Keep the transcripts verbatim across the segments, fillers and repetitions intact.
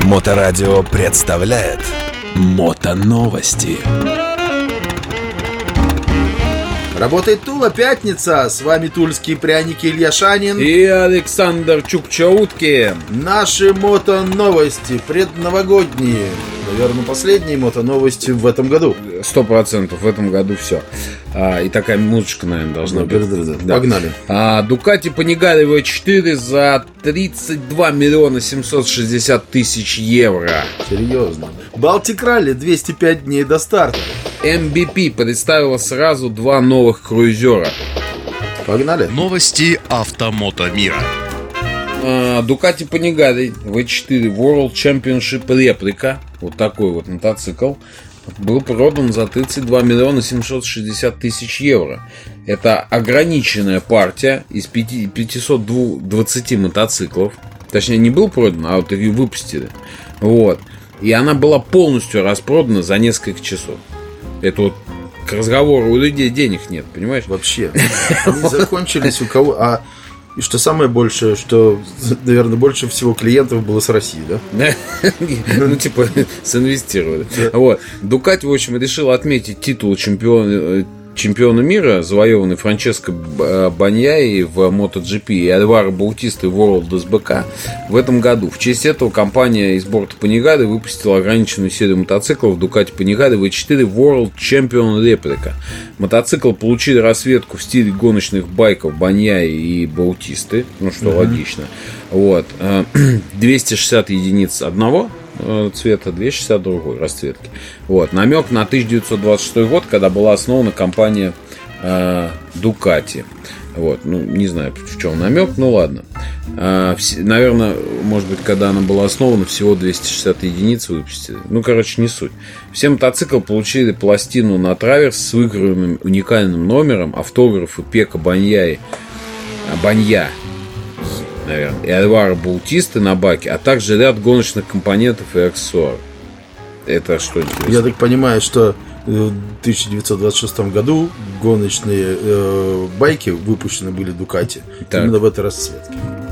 Моторадио представляет Мотоновости. Работает Тула, пятница. С вами тульские пряники Илья Шанин и Александр Чукчаутки. Наши мотоновости предновогодние. Наверное, последние мотоновости в этом году. Сто процентов в этом году все. А, и такая музычка, наверное, должна да, быть. да, да, да. Погнали. А, Ducati Panigale ви четыре за тридцать два миллиона семьсот шестьдесят тысяч евро. Серьезно. Балтик Ралли двести пять дней до старта. эм би пи представила сразу два новых круизера. Погнали. Новости автомото мира. Ducati Panigale ви четыре World Championship реплика, вот такой вот мотоцикл, был продан за тридцать два миллиона семьсот шестьдесят тысяч евро. Это ограниченная партия из пятисот двадцати мотоциклов. Точнее, не был продан, а вот ее выпустили. Вот. И она была полностью распродана за несколько часов. Это вот к разговору, у людей денег нет, понимаешь? Вообще. Они закончились у кого... А и что самое большее, что, наверное, больше всего клиентов было с России, да? Ну, типа, синвестировали. Вот. Ducati, в общем, решил отметить титул чемпиона чемпиона мира, завоеванный Франческо Баньяи в MotoGP и Альваро Баутиста в World эс би кей в этом году. В честь этого компания из борта Panigale выпустила ограниченную серию мотоциклов Ducati Panigale ви четыре World Champion Replica. Мотоцикл получили расцветку в стиле гоночных байков Баньяи и Баутисты, ну что mm-hmm. логично. Вот. двести шестьдесят единиц одного цвета, двести шестьдесят другой расцветки. Вот. Намек на тысяча девятьсот двадцать шестой год, когда была основана компания э, Ducati. Вот. Ну, не знаю, в чем намек, ну ладно. Э, вс- наверное, может быть, когда она была основана, всего двести шестьдесят единиц выпустили. Ну, короче, не суть. Все мотоциклы получили пластину на траверс с выигрываемым уникальным номером, автографы Пека Баньяи, Банья, наверное, и Альваро Баутисты на баке, а также ряд гоночных компонентов и аксессуаров. Это что интересно? Я так понимаю, что в тысяча девятьсот двадцать шестом году гоночные э, байки выпущены были Ducati так. Именно в этой расцветке.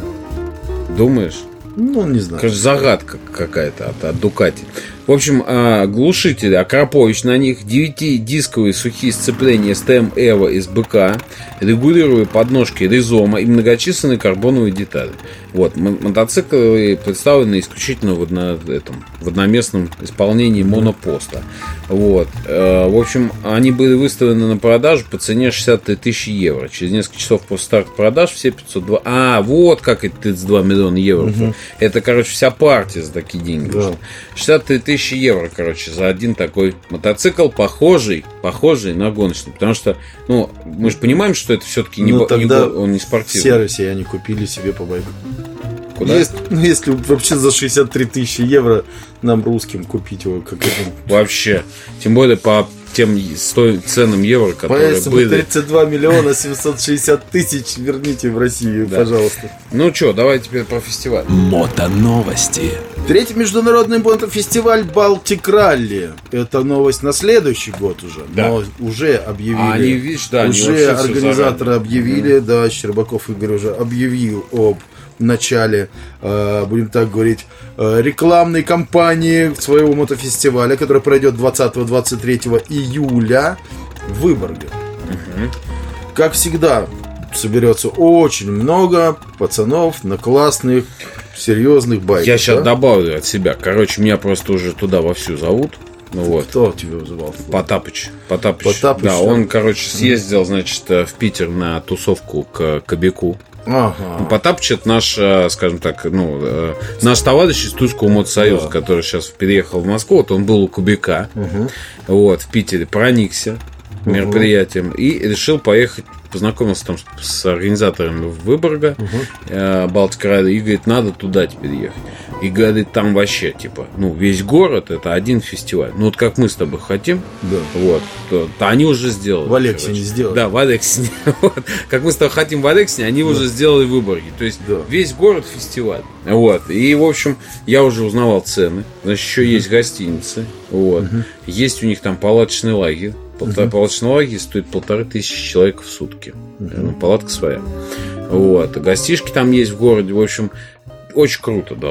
Думаешь? Ну, не знаю. Кажется, загадка какая-то от, от Ducati. В общем, глушители, Акрапович на них, девятидисковые сухие сцепления эс ти эм Evo эс би кей, регулируемые подножки Ризома и многочисленные карбоновые детали. Вот, мотоциклы представлены исключительно в, одно, этом, в одноместном исполнении монопоста. Вот. В общем, они были выставлены на продажу по цене шестьдесят три тысячи евро. Через несколько часов после старта продаж все пятьсот два... А, вот как эти тридцать два миллиона евро. Угу. Это, короче, вся партия за такие деньги. Да. шестьдесят три тысячи евро, короче, за один такой мотоцикл, похожий, похожий на гоночный. Потому что, ну, мы же понимаем, что это все-таки не, ну, не, он не спортивный. Все россияне купили себе по байку. Куда? Если, ну, если вообще за шестьдесят три тысячи евро нам русским купить его как это... Вообще. Тем более по тем сто... ценам евро, которые поэтому были. тридцать два миллиона семьсот шестьдесят тысяч верните в Россию, да. Пожалуйста. Ну что, давай теперь про фестиваль. Мотоновости. Третий международный мотофестиваль Балтик Ралли. Это новость на следующий год уже. Да. Но уже объявили. А они, видишь, да, уже организаторы объявили, mm-hmm. да, Щербаков Игорь уже объявил об начале, э, будем так говорить, э, рекламной кампании своего мотофестиваля, который пройдет двадцатого-двадцать третьего июля в Выборге. Угу. Как всегда, соберется очень много пацанов на классных, серьезных байках. Я сейчас да? добавлю от себя. Короче, меня просто уже туда вовсю зовут. Ну, вот. Кто тебя вызывал? Потапыч. Потапыч. Потапыч, да, да, он, короче, съездил, значит, в Питер на тусовку к Кобяку. Ага. Ну, Потапыч — это наш, скажем так, ну, наш товарищ из Тульского мотосоюза, да. который сейчас переехал в Москву. Вот он был у Кубика, угу. вот, в Питере, проникся угу. мероприятием и решил поехать, познакомился там с организаторами Выборга, угу. Балтик Ралли, и говорит, надо туда теперь ехать. И говорит, там вообще, типа, ну, весь город — это один фестиваль. Ну, вот как мы с тобой хотим, да. вот, то, то они уже сделали. В Алексине сделали. Да, в Алексине. Вот. Как мы с тобой хотим в Алексине, они да. уже сделали в Выборге. То есть, да. весь город фестиваль. Вот. И, в общем, я уже узнавал цены. Значит, еще uh-huh. есть гостиницы. Вот. Uh-huh. Есть у них там палаточный лагерь. Uh-huh. Палаточный лагерь стоит полторы тысячи человек в сутки. Uh-huh. Ну, палатка своя. Вот. Гостишки там есть в городе. В общем, очень круто должно быть.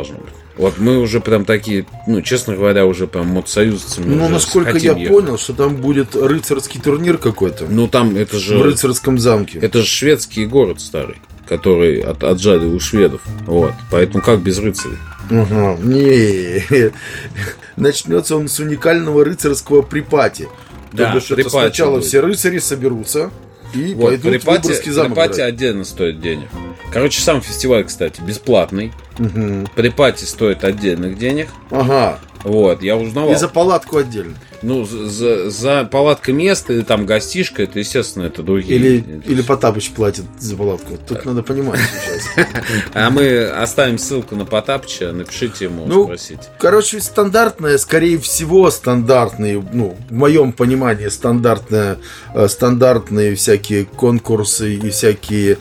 Вот мы уже прям такие, ну, честно говоря, уже прям мотосоюзцами. Ну, уже насколько я ехать. понял, что там будет рыцарский турнир какой-то. Ну, там это же... В рыцарском замке. Это же шведский город старый, который от, отжали у шведов. Вот. Поэтому как без рыцарей? Ага. Не. Начнется он с уникального рыцарского припати. Да, То бишь, это припати сначала будет. все рыцари соберутся и Вот, пойдут в Выборгский замок. припати играть. отдельно стоит денег. Короче, сам фестиваль, кстати, бесплатный. Угу. Припати стоит отдельных денег. Ага. Вот, я узнавал. И за палатку отдельно. Ну, за, за, за палаткой место или там гостишка, это, естественно, это другие. Или, или Потапыч платит за палатку. Тут надо понимать сейчас. А мы оставим ссылку на Потапыча, напишите ему, Ну, спросите. Короче, стандартная, скорее всего, стандартные, ну, в моем понимании, стандартная, э, стандартные всякие конкурсы и всякие,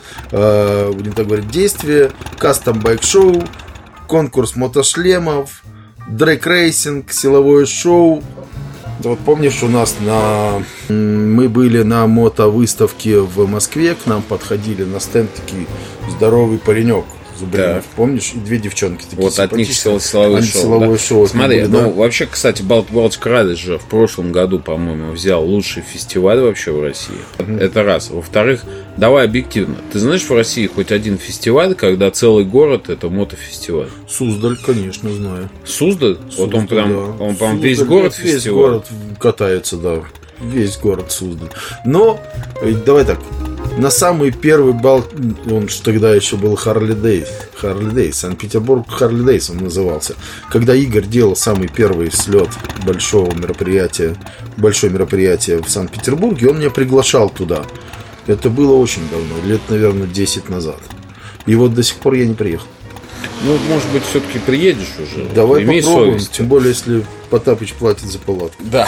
э, будем так говорить, действия, кастом-байк-шоу, конкурс мотошлемов, дрэк-рейсинг, силовое шоу. Вот помнишь, у нас на... мы были на мотовыставке в Москве, к нам подходили на стенд такие здоровый паренек. Зубринов, Да. помнишь? И две девчонки такие Вот от них симпатичные. силовое Они шоу. силовое да. шоу Смотри, были, ну да. вообще, кстати, Балтик Ралли же в прошлом году, по-моему, взял лучший фестиваль вообще в России. Это раз. Во-вторых, давай объективно. Ты знаешь в России хоть один фестиваль, когда целый город это мотофестиваль? Суздаль, конечно, знаю. Суздаль? Вот он Суздаль, прям, да. он прям Суздаль, весь город весь фестиваль. город катается, да. Весь город Суздаль. Но, э, давай так, на самый первый бал, он же тогда еще был Харли Дейс, Харли Дейс, Санкт-Петербург Харли Дейс он назывался. Когда Игорь делал самый первый слет большого мероприятия, большое мероприятие в Санкт-Петербурге, он меня приглашал туда. Это было очень давно, лет, наверное, десять назад. И вот до сих пор я не приехал. Ну, может быть, все-таки приедешь уже. Давай Имей попробуем, совесть. тем более, если Потапыч платит за палатку. Да.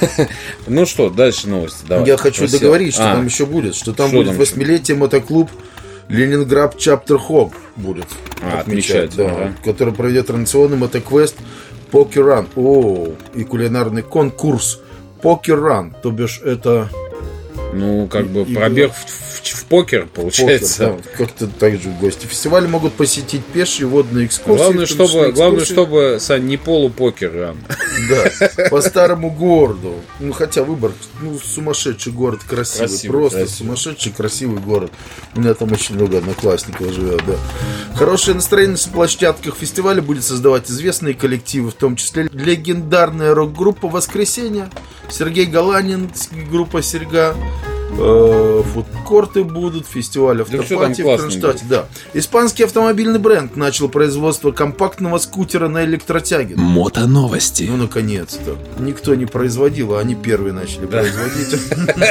Ну что, дальше новости. Давай. Я хочу Красиво. договорить, что А, там еще будет. Что там Что будет там восьмилетие мотоклуб Ленинград Чаптер Хог будет А, отмечать, отмечать, да, ага. который проведет традиционный мотоквест Покер Ран. О, и кулинарный конкурс Покер Ран. То бишь это Ну, как бы И- пробег в, в- в покер, получается. покер, да. Как-то так же гости фестиваля могут посетить пешие водные экскурсии. Главное, в том числе чтобы, главное, экскурсии. чтобы, Сань, не полупокер ран. Да, по старому городу. Ну, хотя выбор, ну, сумасшедший город, красивый. Красивый, просто красивый. сумасшедший, красивый город. У меня там очень много одноклассников живет, да. Хорошее настроение на площадках фестиваля будет создавать известные коллективы, в том числе легендарная рок-группа «Воскресенье», Сергей Галанин, группа «Серьга», э, фудкорты будут, фестиваль всё там автопати в классно Кронштадте. Да. Испанский автомобильный бренд начал производство компактного скутера на электротяге. Мотоновости. Ну, наконец-то. Никто не производил, а они первые начали производить.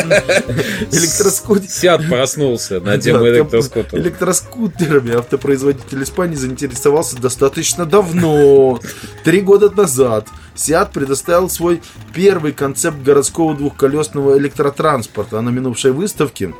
Электроскутер. Сиат проснулся на тему Да, электроскутера. Электроскутерами автопроизводитель Испании заинтересовался достаточно давно. Три года назад Сиат предоставил свой первый концепт городского двухколесного электротранспорта. А на минувшей выставке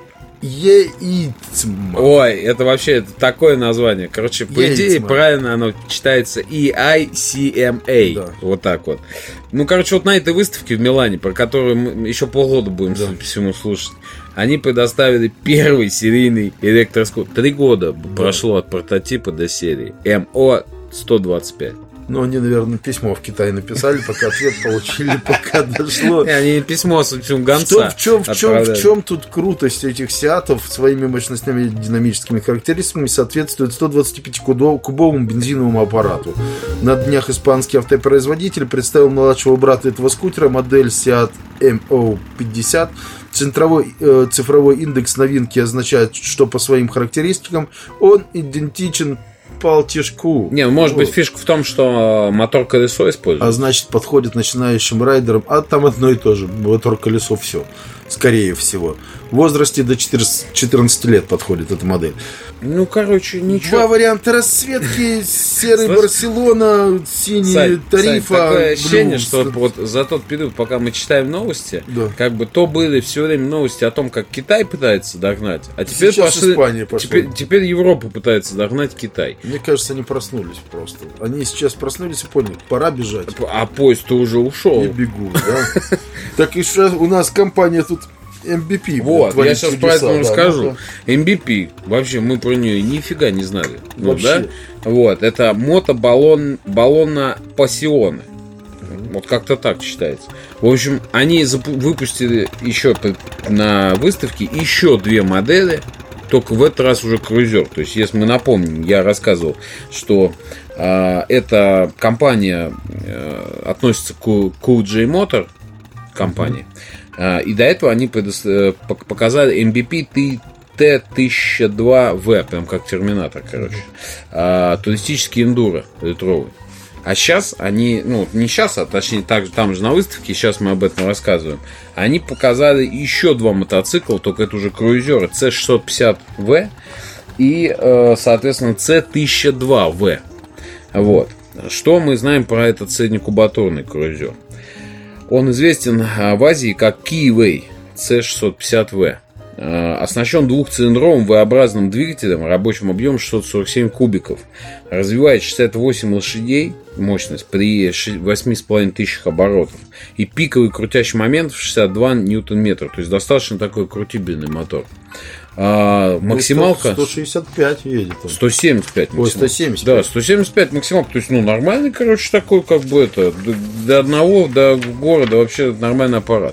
Еитсма. Ой, это вообще это такое название. Короче, по Яйцма. идее, правильно оно читается и ай си эм эй. Да. Вот так вот. Ну, короче, вот на этой выставке в Милане, про которую мы еще полгода будем, судя по всему, слушать, они предоставили первый серийный электроскутер. Три года прошло от прототипа до серии. эм о сто двадцать пять. Ну, они, наверное, письмо в Китай написали, пока ответ получили, пока дошло. И они письмо с этим Что, гонца в, чем, в, чем, в отправляют. чем тут крутость этих сиатов своими мощностями и динамическими характеристиками соответствует сто двадцать пять кубовому бензиновому аппарату. На днях испанский автопроизводитель представил младшего брата этого скутера, модель Seat эм о пятьдесят. Центровой, э, цифровой индекс новинки означает, что по своим характеристикам он идентичен Палтишку. Не, ну, может Вот. быть, фишка в том, что мотор-колесо используют. А значит, подходит начинающим райдерам. А там одно и то же. Мотор-колесо, все. Скорее всего. В возрасте до четырнадцати лет подходит эта модель. Ну, короче, Два ничего. варианта расцветки. Серый Слышь, Барселона, синий Сань, тарифа. Сань, такое ощущение, блю. что вот за тот период, пока мы читаем новости, Да. как бы то были все время новости о том, как Китай пытается догнать, а теперь Сейчас пошли- Испания пошла. теперь, теперь Европа пытается догнать Китай. Мне кажется, они проснулись просто. Они сейчас проснулись и поняли, пора бежать. А поезд-то уже ушел. И бегут, да? Так и что у нас компания тут эм би пи. Вот, я сейчас про это да, расскажу. ну-ка. эм би пи, вообще мы про нее нифига не знали. Ну, Вообще. да? Вот, это мотобаллон, баллона Пассионы. Вот как-то так читается. В общем, они запу- выпустили еще на выставке еще две модели, только в этот раз уже крузер. То есть, если мы напомним, я рассказывал, что э, эта компания э, относится к кью джей Motor компании. Mm-hmm. Э, и до этого они предо- э, показали эм би пи ти тысяча два вэ, прям как Терминатор, короче. Mm-hmm. Э, туристический эндуро литровый. А сейчас они, ну, не сейчас, а точнее так, там же на выставке, сейчас мы об этом рассказываем, они показали еще два мотоцикла, только это уже круизеры, си шестьсот пятьдесят вэ и, соответственно, си тысяча два вэ. Вот. Что мы знаем про этот среднекубатурный круизер? Он известен в Азии как Keyway си шестьсот пятьдесят вэ. Оснащен двухцилиндровым V-образным двигателем рабочим объемом шестьсот сорок семь кубиков. Развивает шестьдесят восемь лошадей мощность при восемь с половиной тысячах оборотов. И пиковый крутящий момент в шестьдесят два ньютон-метра. То есть достаточно такой крутибельный мотор. А, максималка... сто шестьдесят пять едет. Он. сто семьдесят пять максималка. Ой, сто семьдесят пять. Да, сто семьдесят пять максималка. То есть, ну, нормальный, короче, такой, как бы это, до одного, до города вообще нормальный аппарат.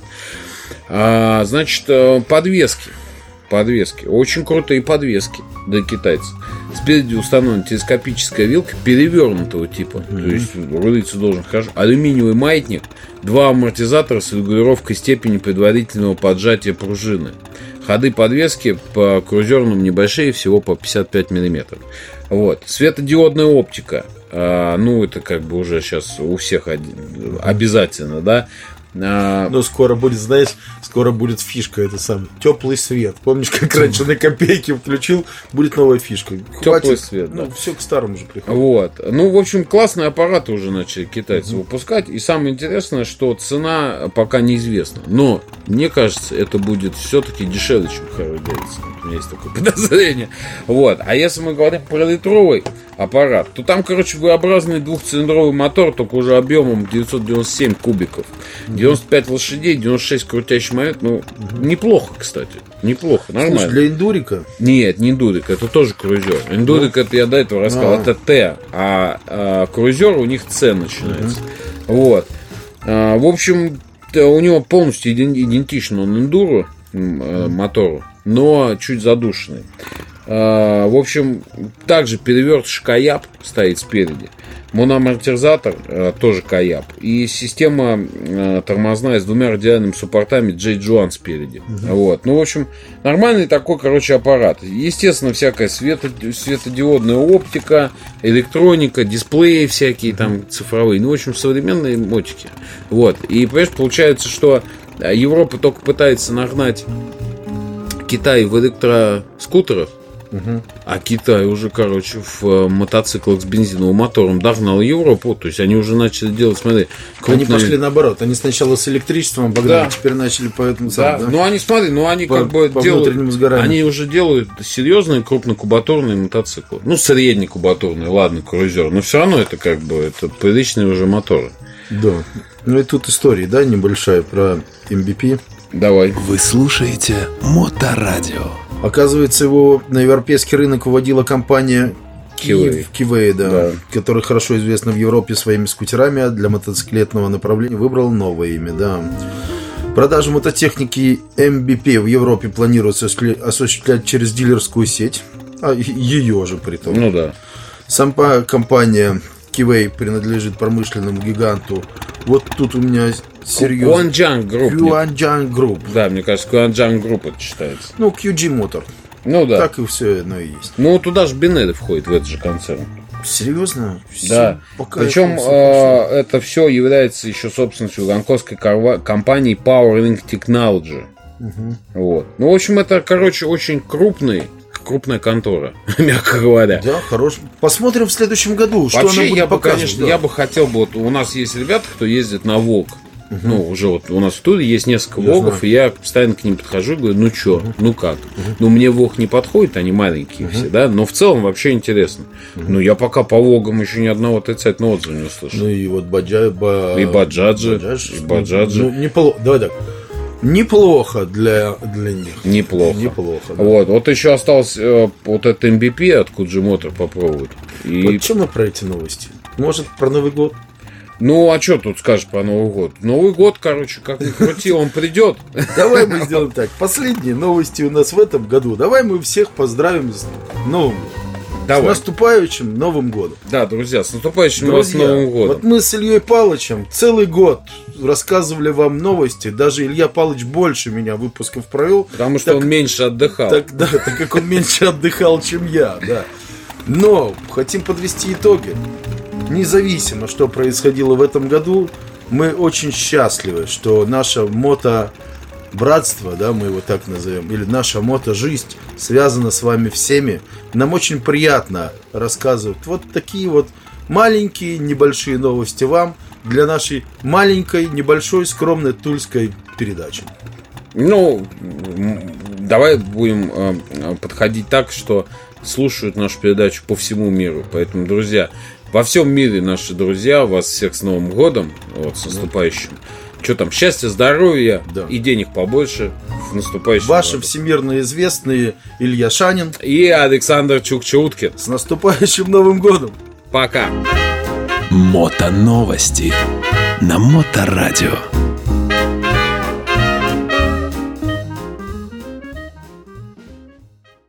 А, значит, подвески. Подвески. Очень крутые подвески для китайцев. Спереди установлена телескопическая вилка перевернутого типа. Mm-hmm. То есть рулиться должен хорошо. Алюминиевый маятник. Два амортизатора с регулировкой степени предварительного поджатия пружины. Ходы подвески по крузерным небольшие, всего по пятьдесят пять миллиметров. Вот. Светодиодная оптика. А, ну, это как бы уже сейчас у всех обязательно, да. Но скоро будет, знаешь, скоро будет фишка, это сам теплый свет. Помнишь, как раньше на копейки включил, будет новая фишка. Теплый Хватит, свет, да. Ну, все к старому же приходит. Вот. Ну, в общем, классные аппараты уже начали китайцы mm-hmm. выпускать. И самое интересное, что цена пока неизвестна. Но, мне кажется, это будет все-таки дешевле, чем Harley Davidson. У меня есть такое подозрение. Вот. А если мы говорим про литровый аппарат, то там, короче, V-образный двухцилиндровый мотор, только уже объемом девятьсот девяносто семь кубиков. девяносто пять лошадей, девяносто шесть крутящий момент. Ну, неплохо, кстати. Неплохо, нормально. Слушай, для эндурика? Нет, не эндурик, это тоже крузер. Эндурик, ну, это я до этого рассказал, а-а-а. Это Т, а, а крузер у них С начинается. Uh-huh. Вот. А, в общем, у него полностью идентичный он эндуро мотору, но чуть задушенный. А, в общем, также перевертыш Каяп стоит спереди. Моноамортизатор а, тоже Каяп. И система а, тормозная с двумя радиальными суппортами джей Juan спереди. Uh-huh. Вот. Ну, в общем, нормальный такой, короче, аппарат. Естественно, всякая свето- светодиодная оптика, электроника, дисплеи всякие там цифровые. Ну, в общем, современные мотики. Вот. И, понимаешь, получается, что Европа только пытается нагнать Китай в электроскутерах. Угу. А Китай уже, короче, в мотоциклах с бензиновым мотором догнал Европу. То есть они уже начали делать, смотри, крупные... Они пошли наоборот. Они сначала с электричеством обогнали, да. Теперь начали по этому самому. Да. Да? Ну они, смотри, ну они по, как бы по делают... сгоранию. Они уже делают серьезные крупнокубатурные мотоциклы. Ну, среднекубатурные, ладно, крузер. Но все равно это как бы это приличные уже моторы. Да. Ну и тут история, да, небольшая про эм би пи. Давай. Вы слушаете Моторадио. Оказывается, его на европейский рынок выводила компания Keyway, Keyway, да, да. которая хорошо известна в Европе своими скутерами, а для мотоциклетного направления выбрал новое имя, да. Продажу мототехники эм би пи в Европе планируется осуществлять через дилерскую сеть, а ее же при том. Ну да. Сама компания Keyway принадлежит промышленному гиганту. Вот тут у меня серьезно. Quanjiang Group. Quanjiang Group. Да, мне кажется, Quanjiang Group это считается. Ну, кью джи Motor. Ну да. Так и все оно и есть. Ну, туда же Бенелли входит в этот же концерн. Серьезно? Да. Причем э, это все является еще собственностью гонконгской компании Powerlink Technology. Угу. Вот. Ну, в общем, это, короче, очень крупный крупная контора, мягко говоря. Да, хорош. Посмотрим в следующем году, что вообще, она будет я бы, показывать. конечно, да. я бы хотел бы, вот у нас есть ребята, кто ездит на Волг. Угу. Ну, уже вот у нас в Туле есть несколько я Волгов, знаю. И я постоянно к ним подхожу и говорю, ну что, угу. ну как? Угу. Ну, мне Волг не подходит, они маленькие угу. все, да, но в целом вообще интересно. Угу. Ну, я пока по Волгам еще ни одного отрицательного отзыва не услышал. Ну, и вот Баджа... Ба... И Баджаджи, Баджадж. и Баджаджи. Ну, не поло... Давай так. Неплохо для, для них. Неплохо. Неплохо, да. Вот, вот еще осталось э, вот этот эм би пи от Куджимото попробовать. И... Вот что мы про эти новости? Может, про Новый год? Ну, а что тут скажешь про Новый год? Новый год, короче, как ни крути, он придет. Давай мы сделаем так. Последние новости у нас в этом году. Давай мы всех поздравим с Новым годом. Давай. С наступающим Новым годом. Да, друзья, с наступающим вас Друзья, Новым годом. вот мы с Ильей Павловичем целый год рассказывали вам новости. Даже Илья Павлович больше меня выпусков провел. Потому что так, он меньше отдыхал. Так, да, так как он меньше отдыхал, чем я, да. Но хотим подвести итоги. Независимо, что происходило в этом году, мы очень счастливы, что наша мото... братство, да, мы его так назовем, или наша мото-жизнь связана с вами всеми. Нам очень приятно рассказывать вот такие вот маленькие, небольшие новости вам для нашей маленькой, небольшой, скромной тульской передачи. Ну, давай будем э, подходить так, что слушают нашу передачу по всему миру. Поэтому, друзья, во всем мире наши друзья, вас всех с Новым годом, вот, с наступающим. Что там, счастья, здоровья, да, и денег побольше в наступающем Ваши году. Всемирно известные Илья Шанин и Александр Чукчуткин. С наступающим Новым годом! Пока! Мото новости на Моторадио.